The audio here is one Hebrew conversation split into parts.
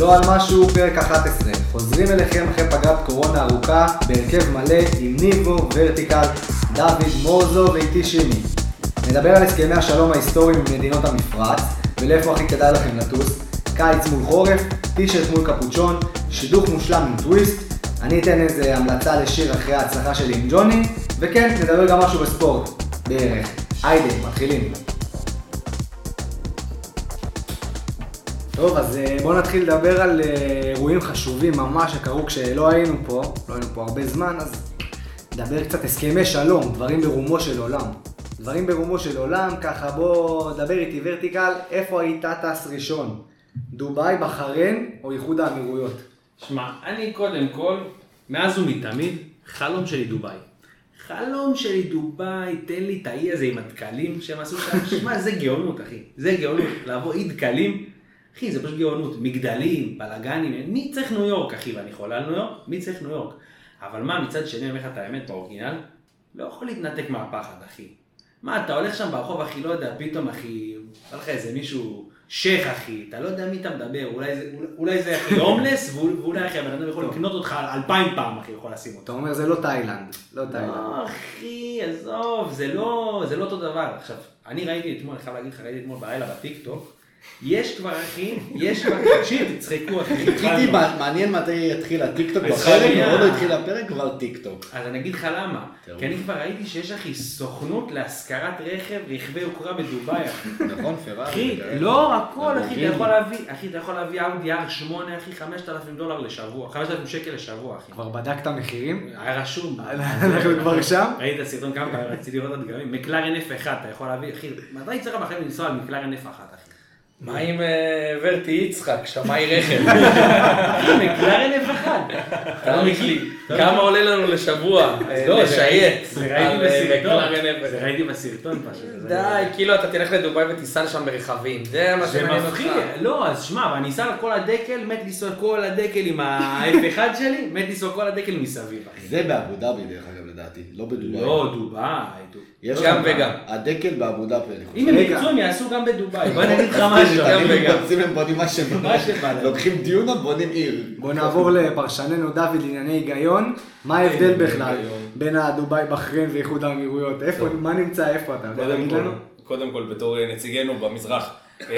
לא על משהו, פרק 11. חוזרים אליכם אחרי פגרת קורונה ארוכה, בהרכב מלא עם ניבו, ורטיקל, דוד, מורזו ואיתי שימי. נדבר על הסכמי השלום ההיסטוריים במדינות המפרץ, ולאיפה הכי כדאי לכם לטוס, קיץ מול חורף, טישרט מול קפוצ'ון, שידוך מושלם עם טוויסט, אני אתן איזה המלצה לשיר אחרי ההצלחה שלי עם ג'וני, וכן, נדבר גם משהו בספורט, בערך. היידה, מתחילים. טוב, אז בואו נתחיל לדבר על אירועים חשובים ממש שקרו כשלא היינו פה הרבה זמן, אז נדבר קצת הסכמי שלום, דברים ברומו של עולם. דברים ברומו של עולם, ככה בוא דבר איתי ורטיקל, איפה היית טס ראשון? דובאי, בחריין או איחוד האמירויות? שמע, אני קודם כל, מאז ומתמיד, חלום שלי דובאי. חלום שלי דובאי, תן לי את האי הזה עם הדקלים שהם עשו שם. שמע, זה גאונות, אחי. זה גאונות. לעבור אי דקלים, אחי, זה פשוט גאונות. מגדלים, בלגנים. מי צריך ניו יורק, אחי? ואני חולה על ניו יורק? מי צריך ניו יורק? אבל מה, מצד שני, אני אומר לך את האמת באורגינל, לא יכול להתנתק מהפחד, אחי. מה, אתה הולך שם ברחוב, אחי, לא יודע, פתאום, אחי, בא לך איזה מישהו שייך, אחי, אתה לא יודע מי אתה מדבר, אולי זה אחי הומלס, ואולי אחי, הבן אדם יכול לקנות אותך 2000 פעם, אחי, יכול לשים אותו. אתה אומר, זה לא תאילנד, לא תאילנד. לא, אחי, עזוב, זה לא אותו דבר. עכשיו, אני ראיתי אתמול, אני חייב להגיד לך, ראיתי אתמול בלילה בטיקטוק, יש כבר, אחי, תקשיב, תצחקו, אחי. חיכיתי, מעניין מתי יתחיל הטיקטוק בפרק, עוד לא התחיל הפרק, כבר טיקטוק. אז אני אגיד לך למה, כי אני כבר ראיתי שיש, אחי, סוכנות להשכרת רכבי יוקרה בדובאי, אחי. נכון, פרארי. אחי, לא, הכל, אחי, אתה יכול להביא אאודי R8, אחי, $5,000 לשבוע, 5,000 שקל לשבוע, אחי. כבר בדקת מחירים? היה רשום. אנחנו כבר שם? ראיתי את הסרטון כמה פעמים, רציתי לראות את הדגמים. מקלרן F1, אתה יכול להביא, אחי, מתי צריך בחיים לנסוע על מקלרן F1, אחי? מה עם ורטי יצחק, שמאי רכב? מקלרן F1. אתה לא מקלי. כמה עולה לנו לשבוע לשייט? זה ראיתי בסרטון פשוט. די, כאילו אתה תלך לדובאי ותיסע לשם ברכבים. זה מה שמעניין אותך. לא, אז שמע, ואני אסע על כל הדקל, מת לנסוע כל הדקל עם ה-F1 שלי, מת לנסוע כל הדקל מסביב. זה באבו דאבי דרך אגב לדעתי, לא בדובאי. לא, דובאי. יש גם וגם. הדקל באבו דאבי. אם הם ירצו, הם יעשו גם בדובאי. בוא נגיד לך משהו. גם וגם. הם בונים מה שבא. לוקחים דיונה, בונים עיר. בוא נעבור לפרשננו דוד לענייני היגיון. מה ההבדל בכלל בין הדובאי, בחריין ואיחוד האמירויות? מה נמצא איפה אתה? קודם כל, בתור נציגנו במזרח,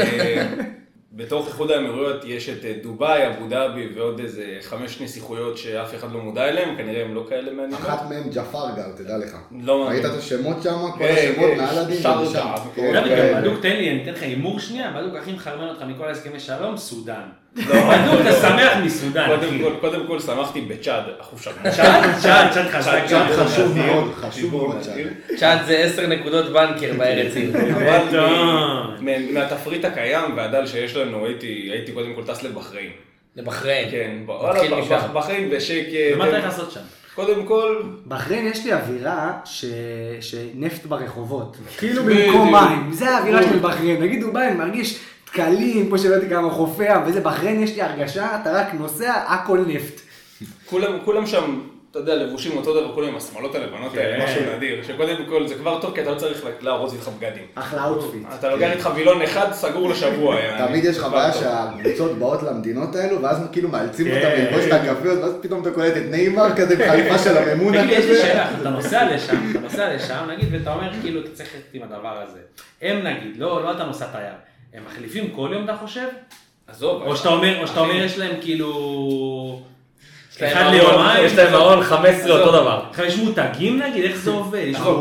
בתוך איחוד האמירויות יש את דובאי, אבו דאבי ועוד איזה 5 נסיכויות שאף אחד לא מודע אליהם, כנראה הם לא כאלה מעניינות. אחת מהם ג'פר גר, תדע לך. לא מאמין. ראית את השמות שם? כל השמות מעל הדין. בדוק, תן לי, אני אתן לך הימור שנייה, בדוק הכי מחרמן אותך מכל ההסכמי שלום, סודן. בדוק, אתה שמח מסודן. קודם כל שמחתי בצ'אד, החופשה. צ'אד חזק. צ'אד חשוב מאוד, חשוב מאוד צ'אד. צ'אד זה 10 נקודות בנקר בארצים. אבל מהתפריט הקיים והדל שיש לנו, הייתי קודם כל טס לבחריין. לבחריין. כן, בחריין בשקט. ומה אתה לעשות שם? קודם כל... בחריין יש לי אווירה שנפט ברחובות. כאילו במקום מים, זה האווירה של בחריין. נגיד דובאי, אני מרגיש תקלים, פה שבאתי כמה חופיה, וזה בחריין יש לי הרגשה, אתה רק נוסע, הכל נפט. כולם שם, אתה יודע, לבושים אותו דבר, כולם עם השמאלות הלבנות האלה, משהו נדיר, שקודם כל זה כבר טוב, כי אתה לא צריך לארוז איתך בגדים. אחלה אוטפיט. אתה לוקח איתך וילון אחד, סגור לשבוע. תמיד יש חוויה שהקבוצות באות למדינות האלו, ואז כאילו מאלצים אותם ללבוש את הקפיות, ואז פתאום אתה קולט את ניימר כזה בחליפה של הממונה כזה. יש לי שאלה, אתה נוסע לשם, נגיד, ואתה אומר, כאילו, אתה צריך לתת עם הדבר הזה. הם נגיד, לא אתה נוסע תייר, הם מחליפים כל יום, אתה חושב? עזוב. או שאתה אומר, יש להם כאילו... אחד ליומיים, יש להם מעון 15 אותו דבר. יש מותגים נגיד, איך זה עובד? יש לו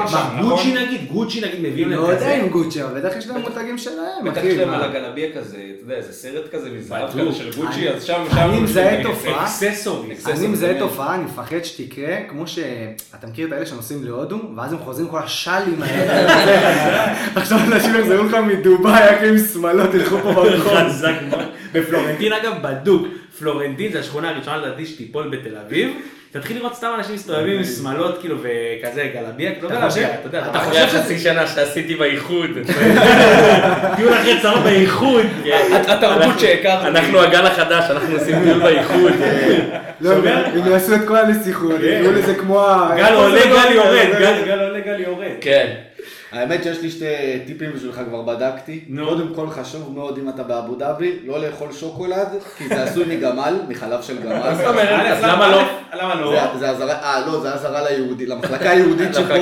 גוצ'י נגיד מביאים להם לא כזה. יודע אם גוצ'י, אבל בטח יש להם מותגים שלהם. בטח יש להם על הגלביה כזה, אתה יודע, איזה סרט כזה מזהב כזה של גוצ'י, אז שם... אני מזהה תופעה, אקססורי. אני מפחד שתקרה, כמו שאתה מכיר את האלה שנוסעים להודו, ואז הם חוזרים כל השאלים האלה. עכשיו אנשים יחזרו לך מדובאי, רק עם שמאלות, תלכו פה ברחוב. בפלורנטין אגב בדוק. פלורנטין זה השכונה הראשונה לדעתי שתיפול בתל אביב, תתחיל לראות סתם אנשים מסתובבים עם שמאלות כאילו וכזה גלביה, לא גלביה, אתה יודע. אתה חושב חצי שנה שעשיתי באיחוד. טיול אחרי צהר באיחוד. התרבות שהכרנו. אנחנו הגל החדש, אנחנו עושים טיול באיחוד. לא, הם יעשו את כל הנסיכות, יראו לזה כמו... גל עולה, גל יורד. גל עולה, גל יורד. כן. האמת שיש לי שתי טיפים בשבילך, כבר בדקתי. קודם כל חשוב מאוד אם אתה באבו דאבי, לא לאכול שוקולד, כי זה עשוי מגמל, מחלב של גמל. אז למה לא? למה לא? זה הזרה, לא, זה הזרה ליהודי, למחלקה היהודית שפה.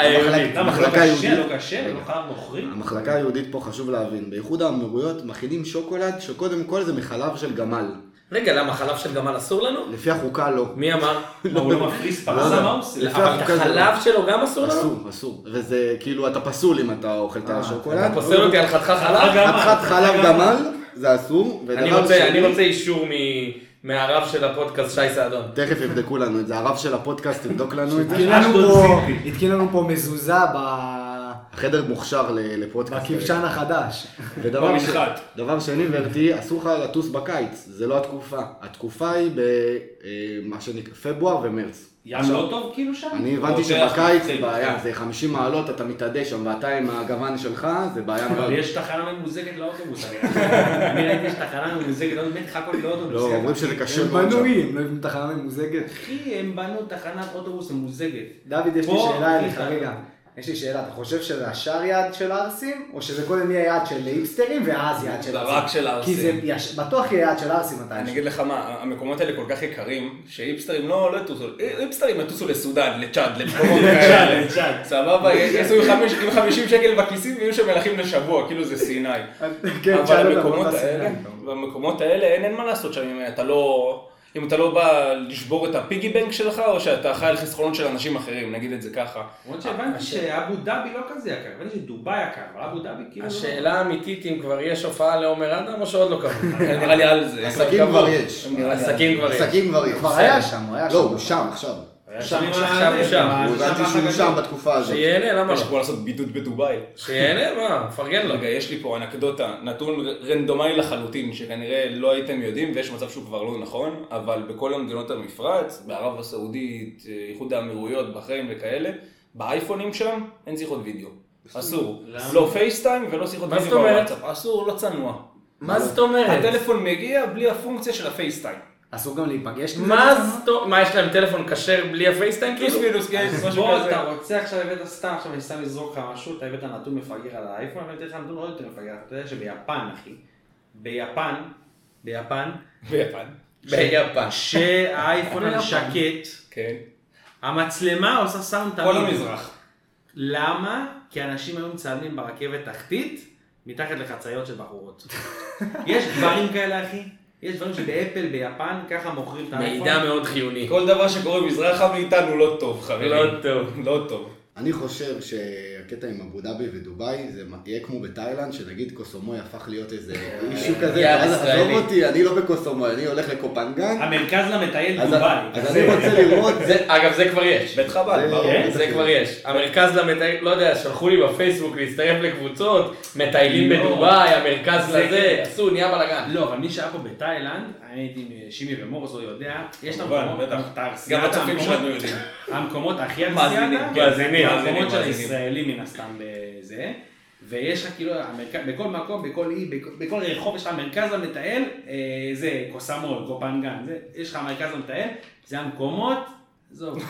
המחלקה היהודית. לא קשה, לא חלב נוכרי. המחלקה היהודית פה חשוב להבין. באיחוד האמירויות מכינים שוקולד, שקודם כל זה מחלב של גמל. רגע, למה חלב של גמל אסור לנו? לפי החוקה לא. מי אמר? הוא לא מפריס פרסה, מה עושה? אבל את החלב שלו גם אסור לנו? אסור, אסור. וזה כאילו, אתה פסול אם אתה אוכל את השוקולד. אתה פוסל אותי על חתיכת חלב? חתיכת חלב גמל, זה אסור. אני רוצה אישור מהרב של הפודקאסט שי סעדון. תכף יבדקו לנו את זה, הרב של הפודקאסט יבדוק לנו את זה. התקין לנו פה מזוזה החדר מוכשר לפודקאסט. בכבשן החדש. ודבר שני, ורתי, אסור לך לטוס בקיץ, זה לא התקופה. התקופה היא במה שנקרא פברואר ומרץ. ים לא טוב כאילו שם? אני הבנתי שבקיץ זה בעיה, זה 50 מעלות, אתה מתעדה שם, ואתה עם הגוון שלך, זה בעיה מאוד. אבל יש תחנה ממוזגת לאוטובוס, אני ראיתי שתחנה ממוזגת, לא באמת חכות לאוטובוס. לא, אומרים שזה קשה הם מאוד שם. בנויים, לא עם תחנה ממוזגת. אחי, הם בנו תחנת אוטובוס ממוזגת. דוד, יש לי שאלה אליך רגע. יש לי שאלה, אתה חושב שזה השאר יעד של הארסים, או שזה קודם יהיה יעד של היפסטרים ואז יעד של הארסים? רק של הארסים. כי זה בטוח יהיה יעד של הארסים מתי. אני אגיד לך מה, המקומות האלה כל כך יקרים, שהיפסטרים לא יטוסו, היפסטרים יטוסו לסודן, לצ'אד, למקומות כאלה. סבבה, יעשו עם 50 שקל בכיסים ויהיו שם מלכים לשבוע, כאילו זה סיני. אבל במקומות האלה אין מה לעשות שם אם אתה לא בא לשבור את הפיגי בנק שלך, או שאתה חי על חסכונות של אנשים אחרים, נגיד את זה ככה. למרות שהבנתי שאבו דאבי לא כזה יקר, הבנתי שדובאי יקר, אבל אבו דאבי כאילו לא. השאלה האמיתית אם כבר יש הופעה לעומר אדם, או שעוד לא קבעו. נראה לי על זה. עסקים כבר יש. עסקים כבר יש. עסקים כבר יש. כבר היה שם, הוא היה שם. לא, הוא שם עכשיו. עכשיו הוא שם. הוא הבנתי שהוא שם בתקופה הזאת. שיהנה, למה יש לא? כמו לעשות בידוד בדובאי. שיהנה, מה? פרגן לו. רגע, יש לי פה אנקדוטה, נתון רנדומלי לחלוטין, שכנראה לא הייתם יודעים, ויש מצב שהוא כבר לא נכון, אבל בכל המדינות המפרץ, בערב הסעודית, איחוד האמירויות, בחריין וכאלה, באייפונים שם אין שיחות וידאו. אסור. לא פייסטיים ולא שיחות וידאו בוואטסאפ. אסור, לא צנוע. מה זאת אומרת? הטלפון מגיע בלי הפונקציה של הפייסטיים. אסור גם להיפגש. מה, יש להם טלפון כשר בלי הפייסטיים? פלוס מינוס, כן, משהו בוא, כזה. אתה רוצה עכשיו הבאת סתם, עכשיו אני סתם לזרוק לך משהו, אתה הבאת נתון מפגר על האייפון, אבל אני אתן לך נתון עוד יותר מפגר. אתה יודע שביפן, אחי, ביפן, שהאייפון על שקט, כן. המצלמה עושה סאונד תמיד. כל המזרח. למה? כי אנשים היום מצלמים ברכבת תחתית, מתחת לחצאיות של בחורות. יש דברים כאלה, אחי? יש דברים שבאפל, ביפן, ככה מוכרים את האייפון. מידע מאוד חיוני. כל דבר שקורה מזרחה מאיתנו לא טוב, חברים. לא טוב. לא טוב. אני חושב שהקטע עם אבו דאבי ודובאי, זה יהיה כמו בתאילנד, שנגיד קוסומוי הפך להיות איזה אישו כזה, יעד אז ישראלי. עזוב אותי, אני לא בקוסומוי, אני הולך לקופנגן, המרכז למטייל אז דובאי. אז אני רוצה לראות, אגב, זה כבר יש. בית חב"ד, זה- ברור. כן? זה כבר יש. המרכז למטייל, לא יודע, שלחו לי בפייסבוק להצטרף לקבוצות, מטיילים לא. בדובאי, המרכז זה לזה, כן. עשו, נהיה בלגן. לא, אבל מי שהיה פה בתאילנד, אני הייתי עם שימי ומורזו יודע, יש לנו כמובן, מקומות, בטח. תעשיית גם הצופים שלנו יודעים. המקומות הכי מאזינים, אנטסיאדה, מאזינים, המקומות של מאזינים. הישראלים מן הסתם בזה, ויש לך כאילו, בכל מקום, בכל אי, בכל רחוב יש לך מרכז למטייל, זה קוסמול, קופנגן, יש לך מרכז למטייל, זה המקומות, עזוב.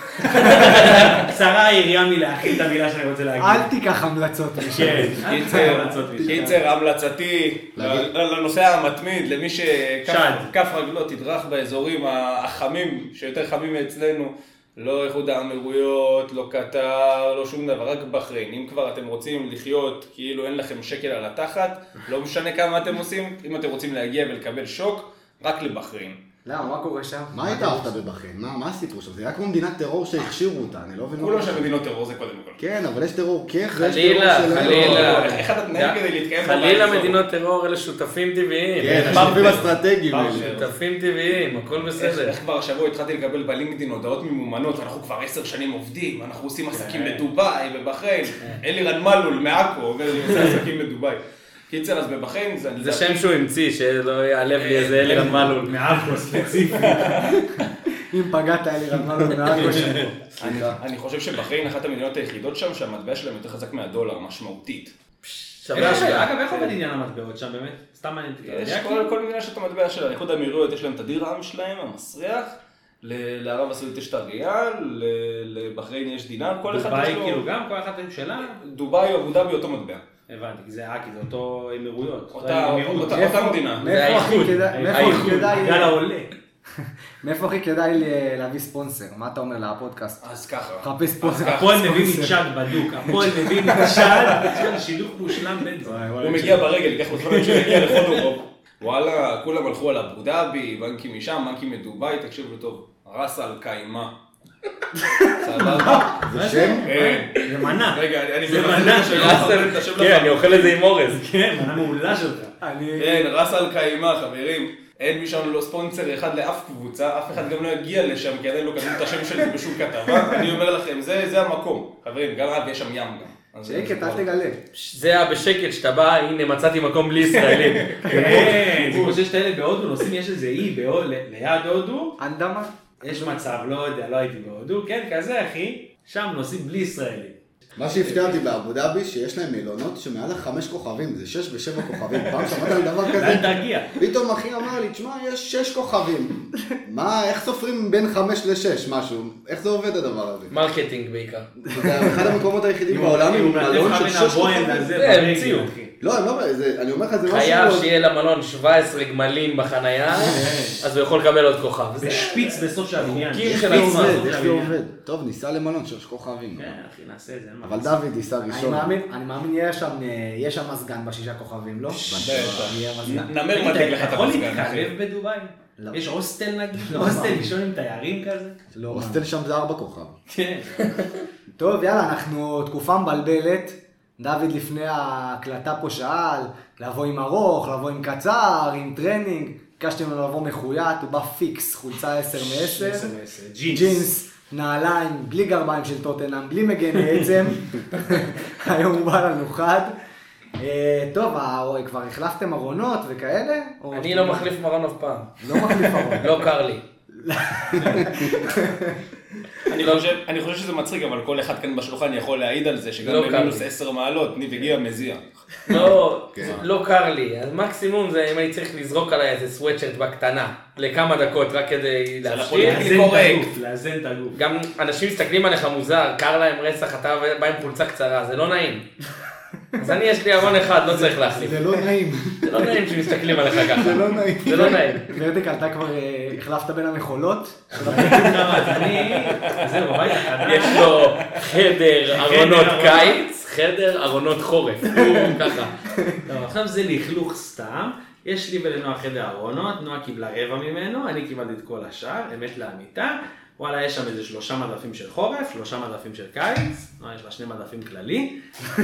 קצרה היריעה מלהכיל את המילה שאני רוצה להגיד. אל תיקח המלצות. כן, קיצר, המלצתי לנושא המתמיד, למי שד. שכף רגלו תדרך באזורים החמים, שיותר חמים מאצלנו, לא איחוד האמירויות, לא קטר, לא שום דבר, רק בחריין. אם כבר אתם רוצים לחיות כאילו אין לכם שקל על התחת, לא משנה כמה אתם עושים, אם אתם רוצים להגיע ולקבל שוק, רק לבחריין. למה, מה קורה שם? מה התאהבת בבחריין? מה הסיפור שם? זה היה כמו מדינת טרור שהכשירו אותה, אני לא מבין. כולם שהמדינות טרור זה קודם כל. כן, אבל יש טרור כיף ויש טרור חלילה, שלהם. חלילה. איך אתה תנהל כדי להתקיים חלילה בבית? מדינות טרור אלה שותפים טבעיים. כן, שותפים אסטרטגיים. שותפים טבעיים, הכל בסדר. איך כבר השבוע התחלתי לקבל בלינקדאין הודעות ממומנות, אנחנו כבר 10 שנים עובדים, אנחנו עושים עסקים בדובאי, בבחריין, אלירן מלול מעכו, אומר לי עושה עסקים בדובאי. קיצר, אז בבחריין זה... זה שם שהוא המציא, שלא יעלב לי איזה אלירן מלול. מעכו ספציפי. אם פגעת אלירן מלול מעכו שם. אני חושב שבחריין אחת המדינות היחידות שם, שהמטבע שלהם יותר חזק מהדולר, משמעותית. שווה השקעה. אגב, איך עובד עניין המטבעות שם באמת? סתם מעניין אותי. יש כל מדינה שאת המטבע שלה, איחוד האמירויות יש להם את הדירהם שלהם, המסריח, לערב הסעודית יש את הריאל, לבחריין יש דינר, כל אחד יש לו... דובאי כאילו גם, כל אחד עם שלה? דובאי או אבו דאבי אותו מטבע. הבנתי, כי זה אותו אמירויות. אותה מדינה. מאיפה הכי כדאי... גל העולה. מאיפה הכי כדאי להביא ספונסר? מה אתה אומר להפודקאסט? אז ככה. חפש ספונסר. הפועל מביא מצ'אט בדוק, הפועל מביא מצ'אט, יש כאן שידוך מושלם בין זה. הוא מגיע ברגל, ייקח בזמן שהוא יגיע לחוד אירופה. וואלה, כולם הלכו על אבו דאבי, בנקים משם, בנקים מדובאי, תקשיבו טוב, רס על קיימה. סבבה? זה שם? זה מנה. רגע, אני זה מבין מנה. את השם כן, אני אוכל את זה עם אורז. כן, מנה מעולה שלך. כן, רס על קיימה, חברים. אין משם לא ספונסר אחד לאף קבוצה, אף אחד גם לא יגיע לשם, כי עדיין לא כתוב את השם של זה בשום כתבה. אני אומר לכם, זה המקום. חברים, גם יש שם ים גם. שקט, אל תגלה. זה היה בשקט שאתה בא, הנה מצאתי מקום בלי ישראלים. כן, זה כמו שיש את האלה בהודו, נוסעים, יש איזה אי ליד הודו. אנדמה? יש מצב, לא יודע, לא הייתי בהודו, כן, כזה אחי, שם נוסעים בלי ישראלים. מה שהפתיע אותי באבו דאבי, שיש להם מלונות שמעל 5 כוכבים, זה 6 ו7 כוכבים. פעם שמעת על דבר כזה? לאן תגיע? פתאום אחי אמר לי, תשמע, יש 6 כוכבים. מה, איך סופרים בין 5 ל-6 משהו? איך זה עובד הדבר הזה? מרקטינג בעיקר. זה אחד המקומות היחידים בעולם עם מלון של 6 כוכבים. המציאו. לא, אני אומר לך, זה משהו... חייב שיהיה למלון 17 גמלים בחנייה, אז הוא יכול לקבל עוד כוכב. בשפיץ בסוף של הבניין. איך זה עובד? טוב, ניסע למלון 6 כוכבים. כן, אחי, נעשה את זה. אבל דוד ייסע ראשון. אני מאמין, יש שם מזגן ב6 כוכבים, לא? יהיה מזגן. נמר מדליק לך את יכול המזגן. להתחלב בדובאי? לא. יש הוסטל נגיד? הוסטל לישון עם תיירים כזה? לא, הוסטל שם זה 4 כוכב. כן. טוב, יאללה, אנחנו תקופה מבלבלת. דוד לפני ההקלטה פה שאל, לבוא עם ארוך, לבוא עם קצר, עם טרנינג. ביקשתם לנו לבוא מחויית, הוא בא פיקס, חולצה 10 מ-10. ג'ינס, נעליים, בלי גרביים של טוטנאם, בלי מגני עצם. היום הוא בא לנו חד. טוב, כבר החלפתם ארונות וכאלה? אני לא מחליף מרון אף פעם. לא מחליף ארון. לא קר לי. אני חושב שזה מצחיק, אבל כל אחד כאן בשולחן יכול להעיד על זה, שגם לא קר במינוס לי. 10 מעלות, ניב הגיע מזיע. לא קר לי. אז מקסימום זה אם אני צריך לזרוק עליי איזה סוואטשרט בקטנה, לכמה דקות רק כדי להפשיל. לאזן את הגוף. גם אנשים מסתכלים עליך מוזר, קר להם רצח, אתה בא עם חולצה קצרה, זה לא נעים. אז יש לי ארון אחד, לא צריך להחליף. זה לא נעים. זה לא נעים שמסתכלים עליך ככה. זה לא נעים. זה לא נעים. ורטיקל, אתה כבר החלפת בין המחולות? זהו, בבית החדש. יש לו חדר ארונות קיץ, חדר ארונות חורף. ככה. טוב, עכשיו זה לכלוך סתם. יש לי ולנועה חדר ארונות, נועה קיבלה רבע ממנו, אני קיבלתי את כל השאר, אמת לאמיתה. וואלה, יש שם איזה 3 מדפים של חורף, 3 מדפים של קיץ, יש לה 2 מדפים כללי.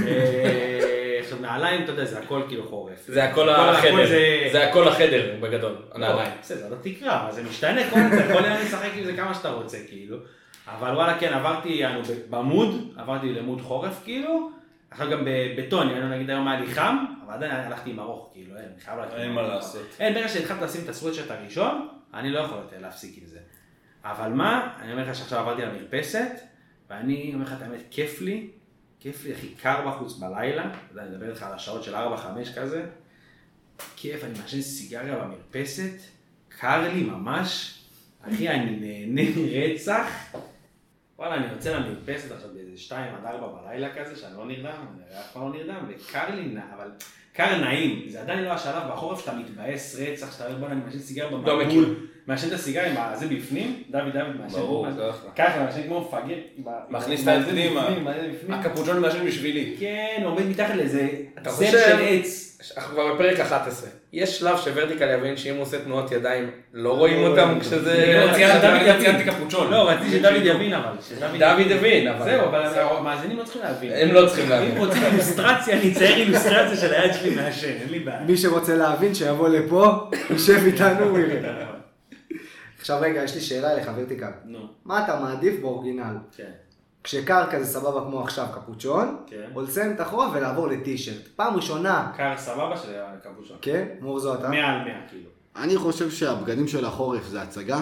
עכשיו נעליים, אתה יודע, זה הכל כאילו חורף. זה הכל החדר, זה הכל החדר בגדול, הנעליים. בסדר, אתה תקרא, אבל זה משתנה, אתה יכול לשחק עם זה כמה שאתה רוצה, כאילו. אבל וואלה, כן, עברתי במוד, עברתי למוד חורף, כאילו. עכשיו גם בטון, נגיד היום היה לי חם, אבל עדיין הלכתי עם ארוך, כאילו, אני חייב להגיד. אין מה לעשות. אין, ברגע שהתחלת לשים את הסוויטשרט הראשון, אני לא יכול יותר להפסיק עם זה. אבל מה, אני אומר לך שעכשיו עברתי למרפסת, ואני אומר לך את האמת, כיף לי, הכי קר בחוץ בלילה, אני מדבר איתך על השעות של 4-5 כזה, כיף, אני מעשן סיגריה במרפסת, קר לי ממש, אחי, אני נהנה רצח, וואלה, אני יוצא למרפסת עכשיו באיזה 2-4 בלילה כזה, שאני לא נרדם, אני אף פעם לא נרדם, וקר לי, אבל קר נעים, זה עדיין לא השלב בחורף שאתה מתבאס רצח, שאתה אומר, בוא אני מעשן סיגריה במרפסת, מעשן את הסיגריה עם זה בפנים, דוד מעשן. ברור, ככה, מעשן כמו מפגר. מכניס את היד פנימה. הקפוצ'ון מעשן בשבילי. כן, הוא עומד מתחת לאיזה אתה זר חושב- של עץ. אנחנו כבר בפרק 11. יש שלב שוורטיקל יבין שאם הוא עושה תנועות ידיים, לא רואים אותם כשזה... ציינתי קפוצ'ון. לא, רציתי שדוד יבין אבל. דוד הבין, אבל... זהו, אבל המאזינים לא צריכים להבין. הם לא צריכים להבין. אם רוצים אילוסטרציה, אני אצייר אילוסטרציה של היד שלי מעשן, אין לי בעיה. מי שרוצה להבין שיבוא לפה, יישב איתנו, הוא יראה. עכשיו רגע, יש לי שאלה אליך, ורטיקל. נו, מה אתה מעדיף באורגינל? כן. כשקר כזה סבבה כמו עכשיו קפוצ'ון, כן. או לסיים את החורף ולעבור לטישרט. פעם ראשונה, קר סבבה של קפוצ'ון. כן? מורזו אתה? 100 על 100 כאילו. אני חושב שהבגדים של החורף זה הצגה,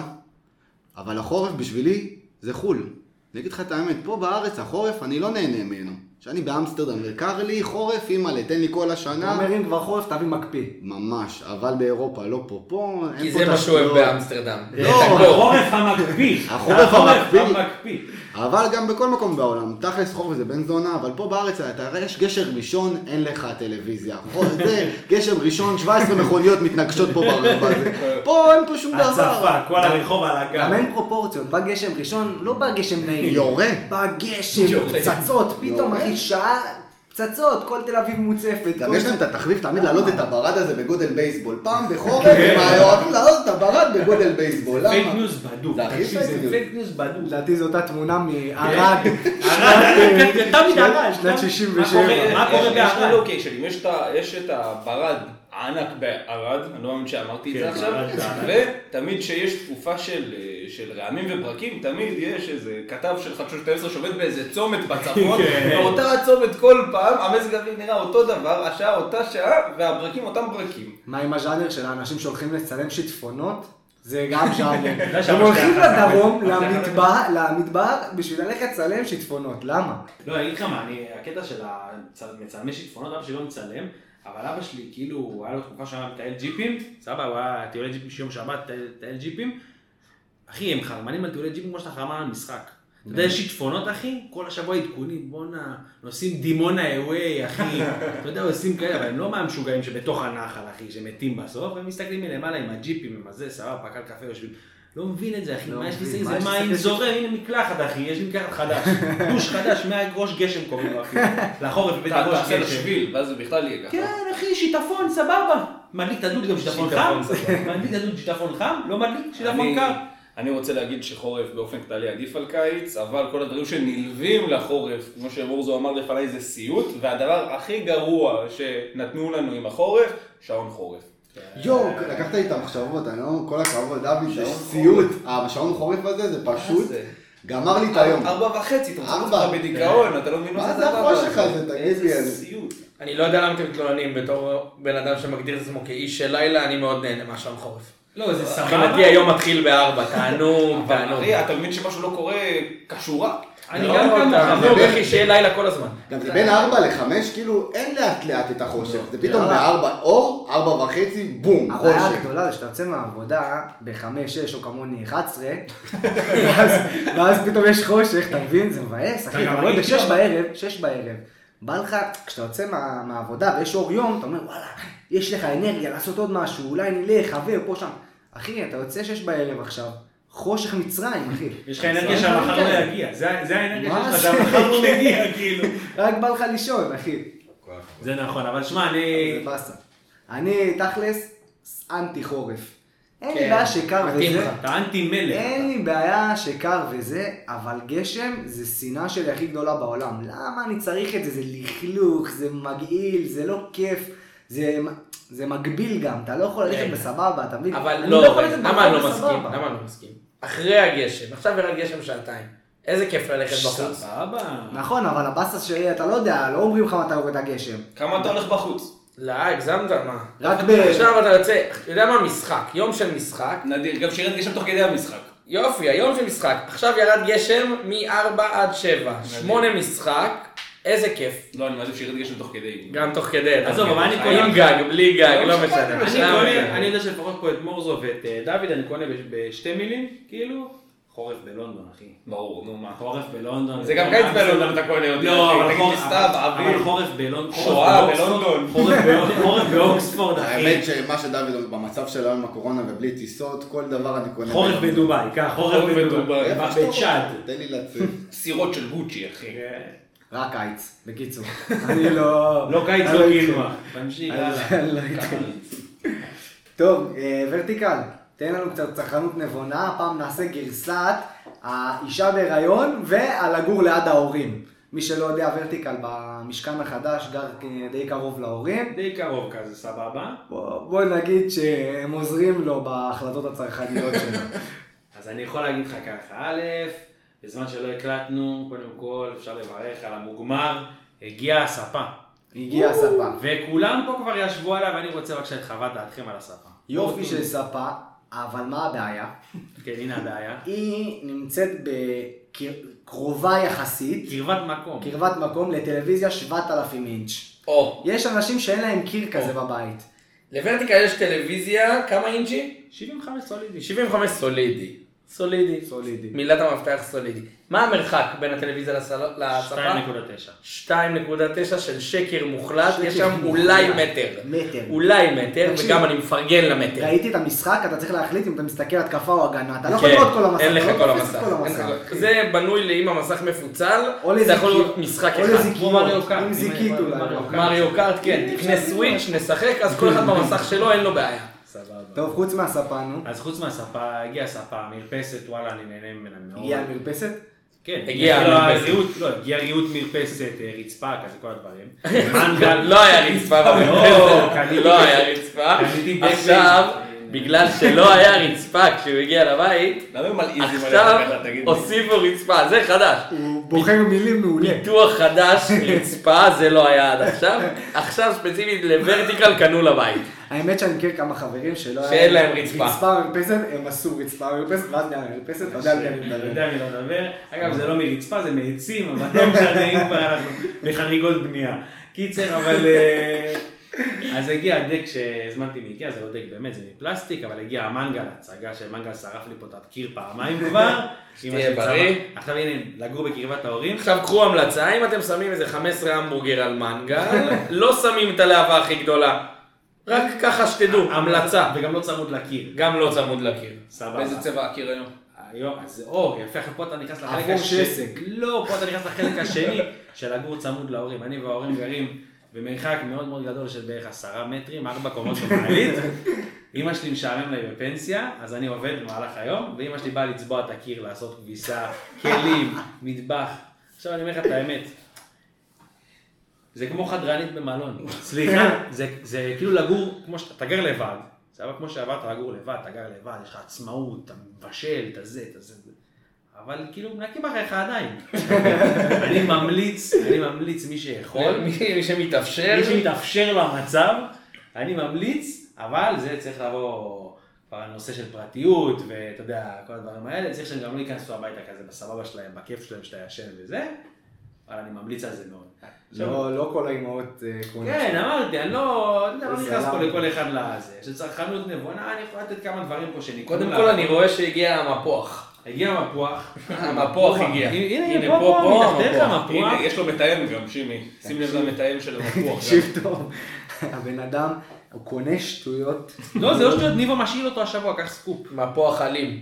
אבל החורף בשבילי זה חול. אני אגיד לך את האמת, פה בארץ החורף אני לא נהנה ממנו. שאני באמסטרדם וקר לי חורף, אימא'לה, תן לי כל השנה. אתה אומר אם כבר חורף תביא מקפיא. ממש, אבל באירופה לא פה, כי זה מה שהוא אוהב באמסטרדם. החורף המקפיא. החורף המקפיא. אבל גם בכל מקום בעולם, תכלס חורף זה בן זונה, אבל פה בארץ יש גשר ראשון, אין לך טלוויזיה. זה גשר ראשון, 17 מכוניות מתנגשות פה ברבע הזה. פה אין פה שום דבר. הצפה, כל הרחוב על הגב. גם אין פרופורציות, בא גשם ראשון, לא בא גשם נעים. יורה. בא גשם, פצצות, פתאום אחי שעה, פצצות, כל תל אביב מוצפת. גם יש להם את התחביב תמיד להעלות את הברד הזה בגודל בייסבול. פעם בחורף, הם אוהבים להעלות את הברד בגודל בייסבול. למה? פייק ניוז בדוק. זה פייק ניוז בדוק. לדעתי זו אותה תמונה מערד. תמיד ערד. שנת 67. מה קורה בערד? לוקיישן, יש את הברד הענק בערד, אני לא מאמין שאמרתי את זה עכשיו, ותמיד שיש תקופה של רעמים וברקים, תמיד יש איזה כתב של חדשות 12 שעובד באיזה צומת בצפון, ואותה הצומת כל פעם, המזג האוויר נראה אותו דבר, השעה אותה שעה, והברקים אותם ברקים. מה עם הז'אנר של האנשים שהולכים לצלם שיטפונות? זה גם ז'אנר. הם הולכים לדרום, למדבר, בשביל ללכת לצלם שיטפונות. למה? לא, אני אגיד לך מה, הקטע של מצלמי שיטפונות, אבא שלי לא מצלם, אבל אבא שלי כאילו, היה לו תקופה שהיה מטייל ג'יפים, סבבה, הוא היה טיולי ג'יפים שיום שבת, טייל ג'יפים. אחי, הם חרמנים על טיולי ג'יפים כמו שאתה חרמן על משחק. אתה יודע, יש שיטפונות, אחי, כל השבוע עדכונים, בונה, נוסעים דימונה אווי, אחי, אתה יודע, עושים כאלה, אבל הם לא מהמשוגעים שבתוך הנחל, אחי, שמתים בסוף, הם מסתכלים מלמעלה עם הג'יפים, עם הזה, סבבה, פקל קפה, יושבים. לא מבין את זה, אחי, מה יש לי זה מים זורם, הנה מקלחת, אחי, יש לי מקלחת חדש, דוש חדש, מהראש גשם קוראים לו, אחי, לחורף בבית הראש תעשה לשביל, ואז זה בכלל יהיה ככה. כן, אחי, שיטפון, סבבה. מדליק את הדוד גם שיטפון חם, מדליק את הדוד שיטפון חם, לא מדליק שיטפון קר. אני רוצה להגיד שחורף באופן כללי עדיף על קיץ, אבל כל הדברים שנלווים לחורף, כמו שמורזו אמר לפניי, זה סיוט, והדבר הכי גרוע שנתנו לנו עם החורף, שעון חורף. יו, לקחת לי את המחשבות, אני לא, כל הכבוד, דוד, זה סיוט. השעון חורף הזה זה פשוט, גמר לי את היום. 4:30, אתה רוצה אותך בדיכאון, אתה לא מבין מה זה החושך הזה, תגיד לי. איזה סיוט. אני לא יודע למה אתם מתלוננים, בתור בן אדם שמגדיר את עצמו כאיש של לילה, אני מאוד נהנה מהשעון חורף. לא, זה סבבה. מבחינתי היום מתחיל ב4, תענוג. אחי, אתה מבין שמשהו לא קורה כשורה. אני גם כמה חנוג, אחי, שיהיה לילה כל הזמן. גם זה בין 4 ל-5, כאילו אין לאט לאט את החושך, זה פתאום ב4 אור, 4:30, בום, חושך. הבעיה הגדולה זה שאתה יוצא מהעבודה ב5, 6 או כמוני 11, ואז פתאום יש חושך, אתה מבין? זה מבאס, אחי, אתה רואה ב6 בערב, בא לך, כשאתה יוצא מהעבודה ויש אור יום, אתה אומר וואלה, יש לך אנרגיה לעשות עוד משהו, אולי נלך, חבר, פה שם. אחי, אתה יוצא 6 בערב עכשיו. חושך מצרים, אחי. יש לך אנרגיה שהמחר לא יגיע, זה האנרגיה שלך שהמחר לא מגיע, כאילו. רק בא לך לישון, אחי. זה נכון, אבל שמע, זה פסה. אני תכלס אנטי חורף. אין לי בעיה שקר וזה. אתה אנטי מלך. אין לי בעיה שקר וזה, אבל גשם זה שנאה שלי הכי גדולה בעולם. למה אני צריך את זה? זה לכלוך, זה מגעיל, זה לא כיף. זה מגביל גם, אתה לא יכול ללכת בסבבה, אתה מבין? אבל לא, למה אני לא מסכים? אחרי הגשם, עכשיו ירד גשם שעתיים. איזה כיף ללכת בחוץ. סבבה. נכון, אבל הבאסה שלי, אתה לא יודע, לא אומרים לך מתי יורד הגשם. כמה אתה הולך בחוץ? לא, הגזמת, מה? רק עכשיו אתה יוצא, יודע מה משחק, יום של משחק. נדיר, גם שירד גשם תוך כדי המשחק. יופי, היום של משחק. עכשיו ירד גשם מ-4 עד 7, 8 משחק. איזה כיף. לא, אני מעדיף שירד גשם תוך כדי. גם תוך כדי. עזוב, אבל אני קונה... עם גג, בלי גג, לא משנה. אני יודע שלפחות פה את מורזו ואת דוד, אני קונה בשתי מילים, כאילו, חורף בלונדון, אחי. ברור, נו מה. חורף בלונדון. זה גם קיץ בלונדון אתה קונה אותי. לא, אבל חורף בלונדון. שואה בלונדון. חורף באוקספורד, אחי. האמת שמה שדוד, במצב שלו עם הקורונה ובלי טיסות, כל דבר אני קונה. חורף בדוביי, חורף בדוביי. בצ'אד. תן לי לצאת. סירות של גוצ'י, אחי. רק קיץ, בקיצור. אני לא... לא קיץ, לא קינוע. תמשיך, יאללה. טוב, ורטיקל, תן לנו קצת צרכנות נבונה, הפעם נעשה גרסת האישה בהיריון ועל לגור ליד ההורים. מי שלא יודע, ורטיקל במשכן החדש גר די קרוב להורים. די קרוב כזה, סבבה. בוא נגיד שהם עוזרים לו בהחלטות הצרכניות שלו. אז אני יכול להגיד לך ככה, א', בזמן שלא הקלטנו, קודם כל אפשר לברך על המוגמר, הגיעה הספה. הגיעה הספה. וכולם פה כבר ישבו עליו, ואני רוצה בבקשה את חוות דעתכם על הספה. יופי של ספה, אבל מה הבעיה? כן, הנה הבעיה. היא נמצאת בקרובה יחסית, קרבת מקום לטלוויזיה 7,000 אינץ'. יש אנשים שאין להם קיר כזה בבית. לוורטיקל יש טלוויזיה, כמה אינצ'י? 75 סולידי. 75 סולידי. סולידי. מילת המפתח סולידי. מה המרחק בין הטלוויזיה לספה? 2.9. 2.9 של שקר מוחלט, יש שם אולי מטר, וגם אני מפרגן למטר. ראיתי את המשחק, אתה צריך להחליט אם אתה מסתכל התקפה או הגנה, אתה לא יכול לראות כל המסך. אין לך כל המסך. זה בנוי לאם המסך מפוצל, זה יכול להיות משחק אחד. או לזיקיות, עם זיקית אולי. מריו קארט, כן, תקנה סוויץ', נשחק, אז כל אחד במסך שלו אין לו בעיה. טוב, חוץ מהספה, נו. אז חוץ מהספה, הגיעה ספה, מרפסת, וואלה, אני נהנה ממנה מאוד. הגיעה מרפסת? כן, הגיעה ריהוט מרפסת, רצפה, כזה כל הדברים. מנגל, לא היה רצפה במרפסת, לא היה רצפה. עכשיו, בגלל שלא היה רצפה כשהוא הגיע לבית, עכשיו הוסיפו רצפה, זה חדש. הוא בוחר מילים מעולה. פיתוח חדש, רצפה, זה לא היה עד עכשיו. עכשיו ספציפית לוורטיקל קנו לבית. האמת שאני מכיר כמה חברים שאין להם רצפה. רצפה מרפסת, הם עשו רצפה מרפסת, ואז נהיה מרפסת, אתה יודע על מי אני מדבר. אני יודע מי לא מדבר. אגב, זה לא מרצפה, זה מעצים, אבל לא משנה, אם כבר אנחנו בחריגות בנייה. קיצר, אבל... אז הגיע הדק שהזמנתי מאיקאה, זה לא דק באמת, זה מפלסטיק, אבל הגיע המנגל, הצגה שמנגל שרף לי פה את הקיר פעמיים כבר. שתהיה בריא. עכשיו הנה, לגור בקרבת ההורים. עכשיו קחו המלצה, אם אתם שמים איזה 15 המבורגר על מנגל, לא שמים את הלהבה הכי גדולה. רק ככה שתדעו, המלצה. וגם לא צמוד לקיר. גם לא צמוד לקיר. סבבה. באיזה צבע הקיר היום? היום, אז יפה, פה אתה נכנס לחלק השני. לא, פה אתה נכנס לחלק השני של לגור צמוד להורים. אני וההורים גרים במרחק מאוד מאוד גדול של בערך 10 מטרים, 4 קומות במעלית. אמא שלי משעמם לי בפנסיה, אז אני עובד במהלך היום, ואמא שלי באה לצבוע את הקיר, לעשות כביסה, כלים, מטבח. עכשיו אני אומר לך את האמת. זה כמו חדרנית במלון. סליחה, זה כאילו לגור, כמו שאתה גר לבד. זה כמו שעברת לגור לבד, אתה גר לבד, יש לך עצמאות, אתה מבשל, אתה זה. אבל כאילו מנקים אחריך עדיין. אני ממליץ מי שיכול. מי שמתאפשר לו המצב, אני ממליץ, אבל זה צריך לבוא כבר הנושא של פרטיות, ואתה יודע, כל הדברים האלה, צריך שהם גם לא ייכנסו הביתה כזה בסבבה שלהם, בכיף שלהם שאתה ישן וזה. אבל אני ממליץ על זה מאוד. לא כל האימהות קוראים. כן, אמרתי, אני לא נכנס פה לכל אחד לזה. שצרכנות נבונה, אני יכול לתת כמה דברים פה שנקראים. קודם כל אני רואה שהגיע המפוח. הגיע המפוח. המפוח הגיע. הנה, פה, מתחתך המפוח. הנה, יש לו מתאם גם, שימי. שים לב למתאם של המפוח. תקשיב טוב, הבן אדם, הוא קונה שטויות. לא, זה לא שטויות, ניבו משאיל אותו השבוע, קח סקופ. מפוח אלים.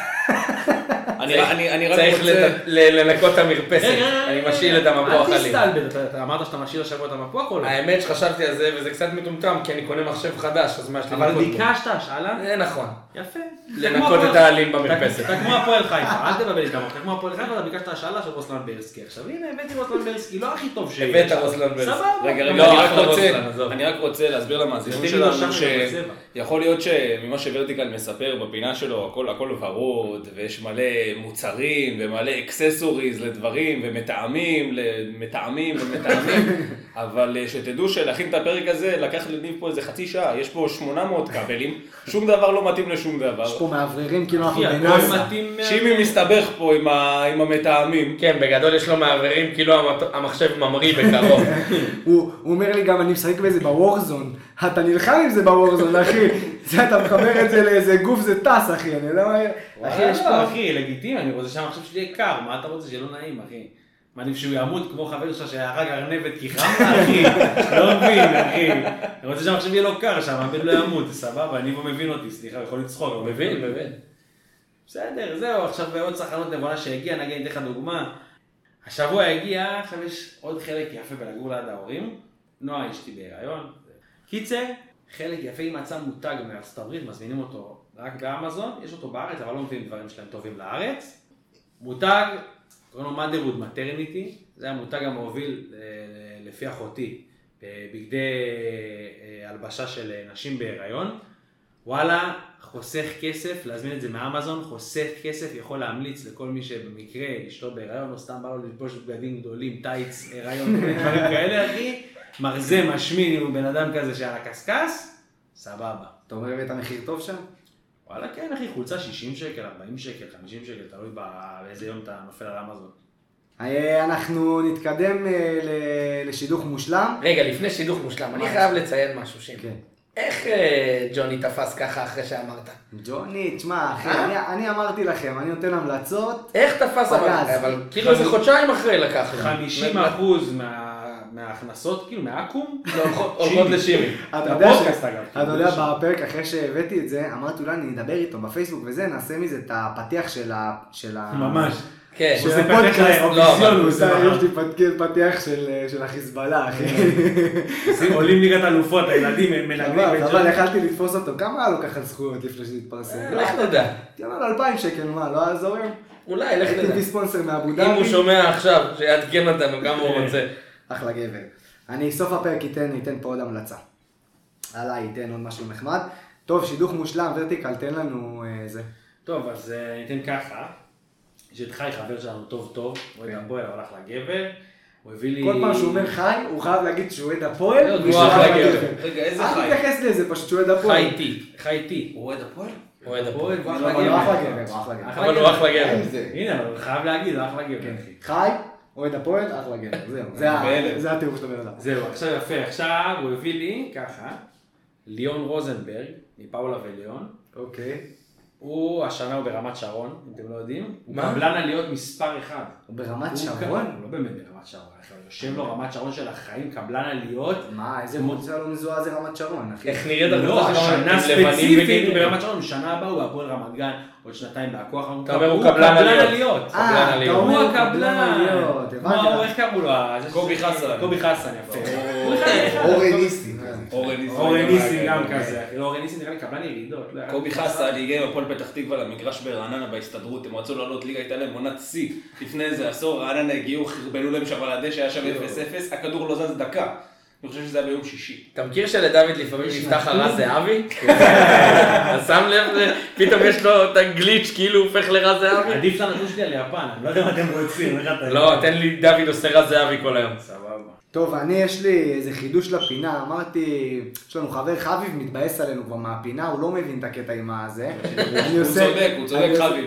אני רק צריך רוצה... לנקות את המרפסת, אני משאיל את המפוח אל אלים. תסתלבט, אתה אמרת שאתה משאיל השבוע את המפוח או לא? האמת שחשבתי על זה וזה קצת מטומטם, כי אני קונה מחשב חדש, אז מה יש לי לנקות בו? אבל ביקשת השאלה? זה נכון. יפה. לנקות את העלים במרפסת. אתה כמו הפועל חיפה, אל תבלבל איתם, אתה כמו הפועל חיפה, אתה ביקשת השאלה של רוסלן ברסקי. עכשיו הנה, הבאתי רוסלן ברסקי, לא הכי טוב שיש. הבאת רוסלן ברסקי. סבבה. רגע, אני רק רוצה להסביר למאזינים שלנו שיכול להיות שממה שוורטיקל מספר בפינה שלו, הכל ורוד, ויש מלא מוצרים ומלא אקססוריז לדברים ומטעמים, אבל שתדעו שלהכין את הפרק הזה לקח לניב פה איזה חצי שעה, יש פה 800 כבלים, שום דבר לא מתאים לשום דבר. יש פה מעבררים כאילו אנחנו בנאסה. שימי מסתבך פה עם המטעמים. כן, בגדול יש לו מעברים כאילו המחשב ממריא בקרוב. הוא אומר לי גם אני משחק בזה בוורזון, אתה נלחם עם זה בוורזון אחי, אתה מחבר את זה לאיזה גוף זה טס אחי, אני יודע מה, אחי יש פה. אחי, לגיטימי, אני רוצה שהמחשב שלי יהיה קר, מה אתה רוצה שיהיה לא נעים אחי? מעדיף שהוא ימות כמו חבר שלך שהרג ארנבת כי חם לה אחי, לא מבין אחי, אני רוצה שהמחשב יהיה לו קר שם, הבן לא ימות, סבבה, אני לא מבין אותי, סליחה, יכול לצחוק. מבין. בסדר, זהו, עכשיו בעוד צרכנות נבונה שהגיעה, נגיד אני אתן לך דוגמה, השבוע הגיע, עכשיו יש עוד חלק יפה בלגור ליד ההורים, נועה אשתי בהיריון, קיצר, חלק יפה עם מצא מותג מארצות הברית, מזמינים אותו רק באמזון, יש אותו בארץ, אבל לא מביאים דברים שלהם טובים לארץ. מותג, קוראים לו מודרהוד מטרניטי, זה המותג המוביל לפי אחותי, בבגדי הלבשה של נשים בהיריון. וואלה, חוסך כסף, להזמין את זה מאמזון, חוסך כסף, יכול להמליץ לכל מי שבמקרה אשתו בהיריון, או סתם בא לו ללבוש בגדים גדולים, טייץ, הריון, דברים כאלה, אחי. מרזה, משמין, הוא בן אדם כזה שעל הקסקס, סבבה. אתה אומר את המחיר טוב שם? וואלה כן אחי, חולצה 60 שקל, 40 שקל, 50 שקל, תלוי באיזה יום אתה נופל על אמזון. אנחנו נתקדם לשידוך מושלם. רגע, לפני שידוך מושלם, אני חייב לציין משהו שם. כן. איך ג'וני תפס ככה אחרי שאמרת? ג'וני, תשמע, אחי, אני אמרתי לכם, אני נותן המלצות. איך תפס אמרת? אבל כאילו זה חודשיים אחרי לקח. 50% מההכנסות, כאילו מהאקום, הולכות לשימי. אתה יודע, בפרק אחרי שהבאתי את זה, אמרתי אולי אני אדבר איתו בפייסבוק וזה, נעשה מזה את הפתיח של ה... ממש. כן. של הפודקאסט, אופיסיונוס. יש לי פתיח של החיזבאללה, אחי. עולים ליגת אלופות, הילדים הם מנגנים. אבל יכלתי לתפוס אותו, כמה היה לו ככה זכויות לפני שזה התפרסם? לך נדע. תהיה לו 2,000 שקל, מה, לא יעזור היום? אולי, לך הייתי נדע. בספונסר מאבו דאבי. אם הוא שומע עכשיו, שיעדכן אותנו כמה הוא רוצה. אחלה גבר. אני סוף הפרק ייתן פה עוד המלצה. עליי ייתן עוד משהו נחמד. טוב, שידוך מושלם, ורטיקל, תן לנו זה. טוב, אז ניתן ככה. יש את חי, חבר שלנו טוב, הוא אוהד הפועל, הלך לגבר. הוא הביא לי... כל פעם שהוא אומר חי, הוא חייב להגיד שהוא אוהד הפועל. הוא אחלה גבר. רגע, איזה אל חי? תתייחס לזה, פשוט שהוא אוהד הפועל. חי איתי. הוא אוהד הפועל? אוהד הפועל. הוא אבל אחלה הוא אחלה גבר. גבר, הוא אחלה גבר. אבל הוא אחלה גבר. הנה, אבל הוא חייב להגיד, הוא אחלה גבר. חי, אוהד הפועל, אחלה גבר. זהו, זה התיאור של הבן אדם. זהו, עכשיו יפה, עכשיו הוא הביא לי ככה, ליאון רוזנברג, מפאולה וליאון. אוקיי. השנה הוא ברמת שרון, אם אתם לא יודעים. הוא מה? קבלן עליות מספר 1. הוא ברמת הוא שרון? לא באמת ברמת שרון, יושב לו רמת שרון של החיים, קבלן עליות. מה, איזה מוצא לא מזוהה זה רמת שרון, אחי? איך נראית לא, הקבוצה שלנו? השנה עם לבנים ספציפית הוא וגילים? ברמת שרון, בשנה הבאה הוא בהפועל רמת גן, עוד שנתיים בהכוח. אתה אומר הוא קבלן עליות. אתה הוא אומר הקבלן. עליות, מה הוא, איך קראו לו? קובי חסן. קובי חסן, יפה. אורן ניסי. אורן ניסים גם כזה. אורן ניסים נראה לי קבלן ירידות. קובי חסן הגיע עם הפועל פתח תקווה למגרש ברעננה בהסתדרות, הם רצו לעלות ליגה, הייתה להם עונת שיא. לפני איזה עשור רעננה הגיעו, חרבנו להם שם על הדשא, היה שם 0-0, הכדור לא זז דקה. אני חושב שזה היה ביום שישי. אתה מכיר שלדוד לפעמים נפתח הרז זהבי? אתה שם לב, פתאום יש לו את הגליץ' כאילו הוא הופך לרז זהבי? עדיף לנתון שלי על יפן, אני לא יודע מה אתם רוצים. לא, תן לי דוד עושה רז זהבי כל היום. סבבה. טוב, יש לי איזה חידוש לפינה, אמרתי, יש לנו חבר חביב מתבאס עלינו כבר מהפינה, הוא לא מבין את הקטע עם הזה. הוא צודק חביב.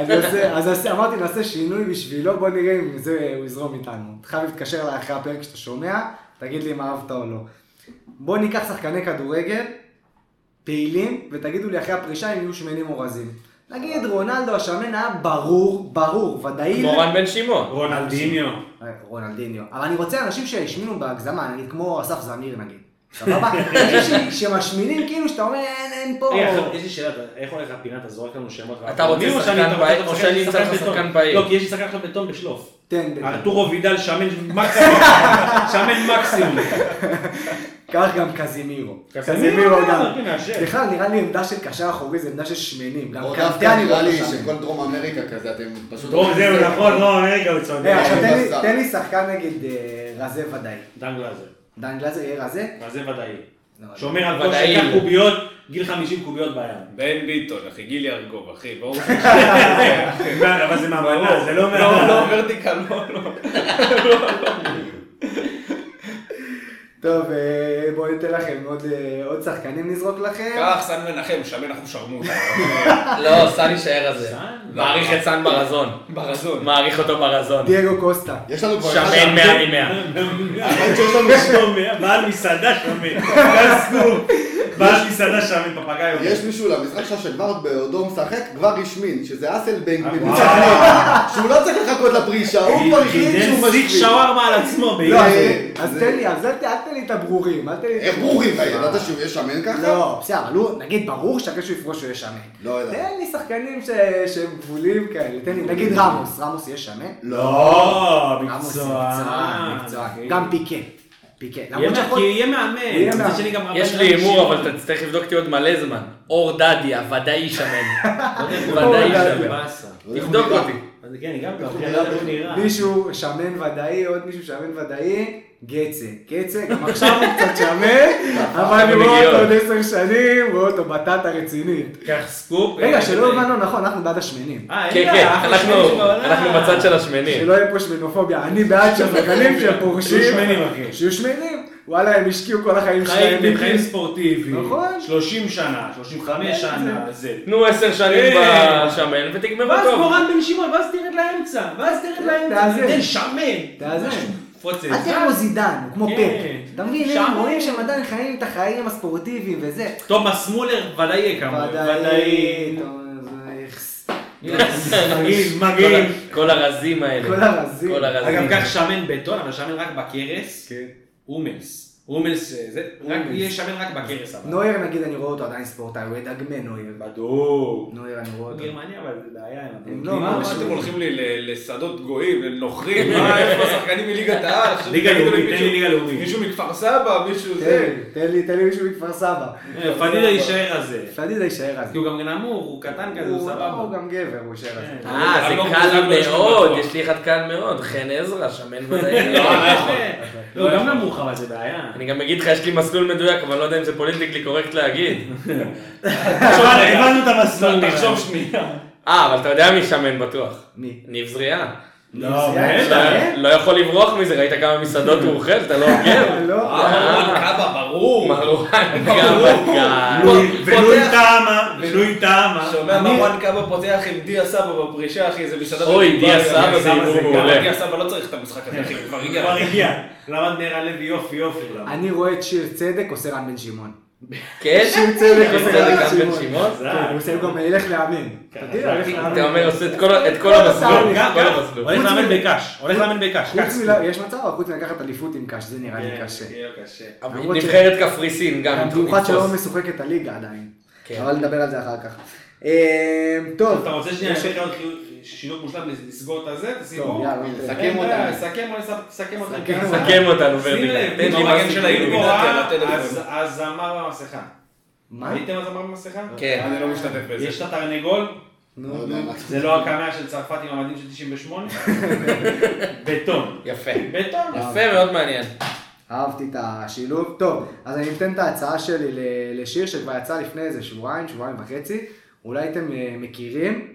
אז אמרתי, נעשה שינוי בשבילו, בוא נראה אם זה הוא יזרום איתנו. חביב תקשר אליי אחרי הפרק שאתה שומע, תגיד לי אם אהבת או לא. בוא ניקח שחקני כדורגל, פעילים, ותגידו לי אחרי הפרישה אם יהיו שמנים או רזים. נגיד רונלדו השמן היה ברור, ודאי. כמו רן בן שמעון. רונלדיניו. אבל אני רוצה אנשים שהשמינו בהגזמה, נגיד כמו אסף זמיר נגיד. סבבה? אנשים שמשמינים כאילו שאתה אומר אין פה. יש לי שאלה, איך הולך הפינה, אתה זורק לנו שמות? אתה רוצה שחקן פעיל או שאני אמצא לך שחקן פעיל? לא, כי יש לי שחקן עכשיו בטון בשלוף. תן. ארתורו וידל שמן מקסימום. כך גם קזימירו. קזימירו גם. כן, בכלל נראה לי עמדה של קשר אחורי, זה עמדה של שמנים. גם או קנטה דווקא אני נראה לא לי שמן. שכל דרום אמריקה כזה, אתם פשוט... זהו, נכון, דרום אמריקה הוא צודק. עכשיו תן לי שחקן נגיד רזה ודאי. דן גלאזר. דן גלאזר יהיה רזה? רזה ודאי. לא, שאומר על כל ודאי. שכך קוביות, גיל 50 קוביות בים. בן ביטון, אחי, גילי ארגוב, אחי, ברור. אבל זה מהמנה, זה לא לא, ורטיקל, לא. טוב, בואו ניתן לכם עוד שחקנים נזרוק לכם. קח, סן מנחם, שמן אנחנו שרמוט. לא, סן יישאר הזה. מעריך את סן ברזון. ברזון. מעריך אותו ברזון. דייגו קוסטה. יש לנו כבר... שמן 100 מ-100. בעל מסעדה שמן. בעל מסעדה שמן, פפגאי. יש מישהו למשחק שלך שכבר בעודו משחק, כבר השמין, שזה אסלבנג מבוצע שהוא לא צריך לחכות לפרישה, הוא כבר החליט שהוא סיק משמין. שווארמה על עצמו. אז תן לי, אז אל תן לי את הברורים. איך ברורים? ידעת שהוא יהיה שמן ככה? לא, בסדר, אבל הוא, נגיד ברור שאחרי שהוא יפרוש שהוא יהיה שמן. לא יודע. תן לי שחקנים שהם גבולים כאלה, תן לי, נגיד רמוס יהיה שמן? לא, רמוס מקצוען. מקצוען, גם פיקה. כי יהיה מאמן. מצד שני גם יש לי הימור, אבל אתה תצטרך לבדוק אותי עוד מלא זמן. אור דדיה, ודאי שמן. ודאי שמן. תבדוק אותי. אז כן, גם ככה. מישהו שמן ודאי, עוד מישהו שמן ודאי, גצה, גם עכשיו הוא קצת שמן, אבל אני רואה אותו עוד 10 שנים, רואה אותו בטטה רצינית. קח סקופ. רגע, שלא הבנו נכון, אנחנו בעד השמנים. כן, אנחנו בצד של השמנים. שלא יהיה פה שמנופוביה, אני בעד שהשחקנים שפורשים, שיהיו שמנים, אחי. שיהיו שמנים. וואלה, הם השקיעו כל החיים שלהם. חיים ספורטיביים. נכון. 30 שנה, 35 שנה, זה. תנו 10 שנים בשמן ותגמרו ואז טוב. מורן בן שמעון, ואז תרד לאמצע. תן שמן. תאזן. פוצץ. אל תהיה כמו זידן, הוא כמו כן. פפ. אתה מבין, הם שמן. רואים שהם עדיין חיים את החיים הספורטיביים וזה. תומאס מולר ודאי כמובן. ודאי. מגעיל. כל הרזים האלה. כל הרזים. כל הרזים. אגב, כך שמן בטון, אבל שמן רק בקרס. כן. אומלס. אומלס, זה, יהיה שמן רק בקרס. נויר נגיד, אני רואה אותו עדיין ספורטאי, הוא ידגמן נויר. בדוק. נויר, אני רואה אותו. גרמניה, אבל זה בעיה. מה אתם הולכים לי לשדות גויים, לנוכרים, איפה השחקנים מליגת העל? ליגה לאומית, תן לי ליגה לאומית. מישהו מכפר סבא, מישהו זה. תן לי מישהו מכפר סבא. פדידה יישאר על זה. פדידה יישאר על זה. כי הוא גם נמוך, הוא קטן כזה, הוא סבבה. הוא גם גבר, הוא יישאר על זה. זה קל מאוד, יש לי אחד קל מאוד, חן עזרא, שמן ודאי. לא, גם נמוך, אבל זה בעיה. אני גם אגיד לך, יש לי מסלול מדויק, אבל לא יודע אם זה פוליטיקלי קורקט להגיד. הבנו את המסלול. תחשוב שנייה. אבל אתה יודע מי שמן בטוח. מי? ניב זריעה. לא, לא יכול לברוח מזה, ראית כמה מסעדות הוא אוכל, אתה לא עוקב? לא. מרואן קאבה, ברור. מרואן קאבה. ולואי טעמה. שומע מרואן קאבה פותח עם דיה סבא בפרישה, אחי, זה מסעדה. אוי, דיה סבא זה הימור מעולה. דיה סבא לא צריך את המשחק הזה, אחי, כבר הגיע. כבר הגיע. למד נראה לוי יופי. אני רואה את שיר צדק עושה רן בן שמעון. כן? שיר צדק עושה רן גם בן בן שמעון. שמעון? הוא עושה גם ילך לאמן. אתה אומר, עושה את כל המסלול. הולך לאמן בקש. יש מצב, חוץ מלקחת אליפות עם קש, זה נראה לי קשה. נבחרת קפריסין גם. במיוחד שלא משוחקת הליגה עדיין. אבל נדבר על זה אחר כך. טוב. אתה רוצה שנייה שילוב מושלם לסגור את הזה? תשימו. סכם אותנו. סכם אותנו, שים לב, תן לי המגן של האילגורה על הטלפון. הזמר במסכה. מה? ראיתם הזמר במסכה? כן. אני לא משתתף בזה. יש את התרנגול? נו. זה לא הקמע של צרפת עם המדים של 98? בטון. יפה. בטון. יפה, מאוד מעניין. אהבתי את השילוב. טוב, אז אני אתן את ההצעה שלי לשיר שכבר יצא לפני איזה שבועיים וחצי. אולי אתם מכירים.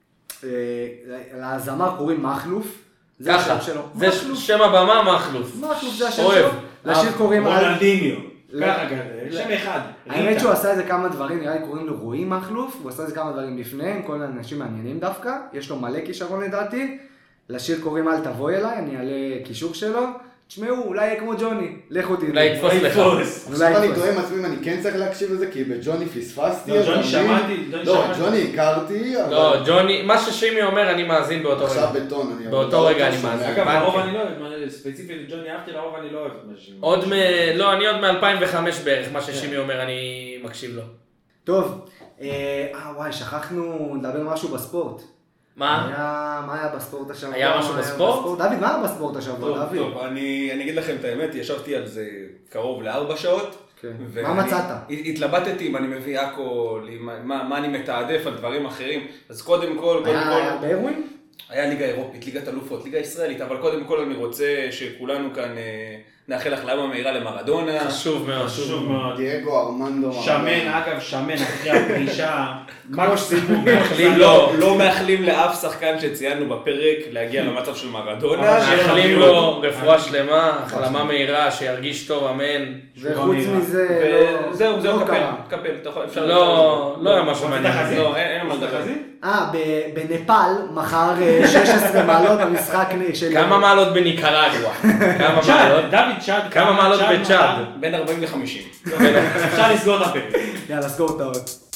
לזמר קוראים מחלוף. זה השם שלו. זה שם הבמה מחלוף. מחלוף זה השם שלו. לשיר קוראים רונלדיניו. ככה כזה, שם אחד. האמת שהוא עשה איזה כמה דברים, נראה לי קוראים לו רועי מחלוף, הוא עשה איזה כמה דברים לפניהם, כל האנשים מעניינים דווקא, יש לו מלא כישרון לדעתי, לשיר קוראים אל תבוא אליי, אני אעלה קישור שלו, תשמעו, אולי יהיה כמו ג'וני, לכו תדעו. אולי יתפוס לך. עכשיו אני תוהה עם עצמי אם אני כן צריך להקשיב לזה, כי בג'וני פספסתי. לא, ג'וני שמעתי. לא, ג'וני הכרתי, אבל... לא, ג'וני, מה ששימי אומר אני מאזין באותו רגע. עכשיו בטון, אני... באותו רגע אני מאזין. אגב, לרוב אני לא אוהב, ספציפית ג'וני אהבתי, לרוב אני לא אוהב את מה ששימי. אני עוד מ-2005 בערך, מה ששימי אומר אני מקשיב לו. טוב, וואי, שכחנו לדבר משהו בספורט. מה? מה היה בספורט השבוע? היה משהו בספורט? דוד, מה היה בספורט השבוע, דוד? טוב, אני אגיד לכם את האמת, ישבתי על זה קרוב ל4 שעות. מה מצאת? התלבטתי אם אני מביא אקו, מה אני מתעדף על דברים אחרים. אז קודם כל... היה באירועים? היה ליגה אירופית, ליגת אלופות, ליגה ישראלית, אבל קודם כל אני רוצה שכולנו כאן נאחל החלמה מהירה למרדונה. חשוב מאוד. חשוב מאוד. דייגו ארמנדו. שמן, אגב, שמן אחרי הפרישה. כמו שסיפור. לא מאחלים לאף שחקן שציינו בפרק להגיע למצב של מרדונה. מאחלים לו רפואה שלמה, החלמה מהירה, שירגיש טוב, אמן. וחוץ מזה, זהו, לא קרה. קפל. לא היה משהו מעניין. לא, אין מה לדבר. בנפאל, מחר 16 מעלות במשחק של... כמה מעלות בניקרגואה? כמה מעלות? דוד צ'אד. כמה מעלות בצ'אד? בין 40 ל-50. אפשר לסגור את הפרק. יאללה, סגור את האות.